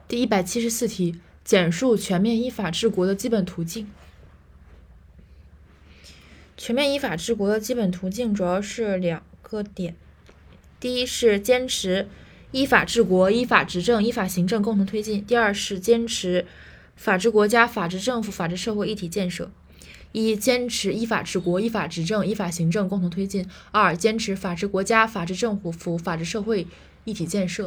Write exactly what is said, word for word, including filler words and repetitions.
第一百七十四题，简述全面依法治国的基本途径。全面依法治国的基本途径主要是两个点，第一是坚持依法治国、依法执政、依法行政共同推进；第二是坚持法治国家、法治政府、法治社会一体建设。一、坚持依法治国、依法执政、依法行政共同推进；二、坚持法治国家、法治政府、法治社会一体建设。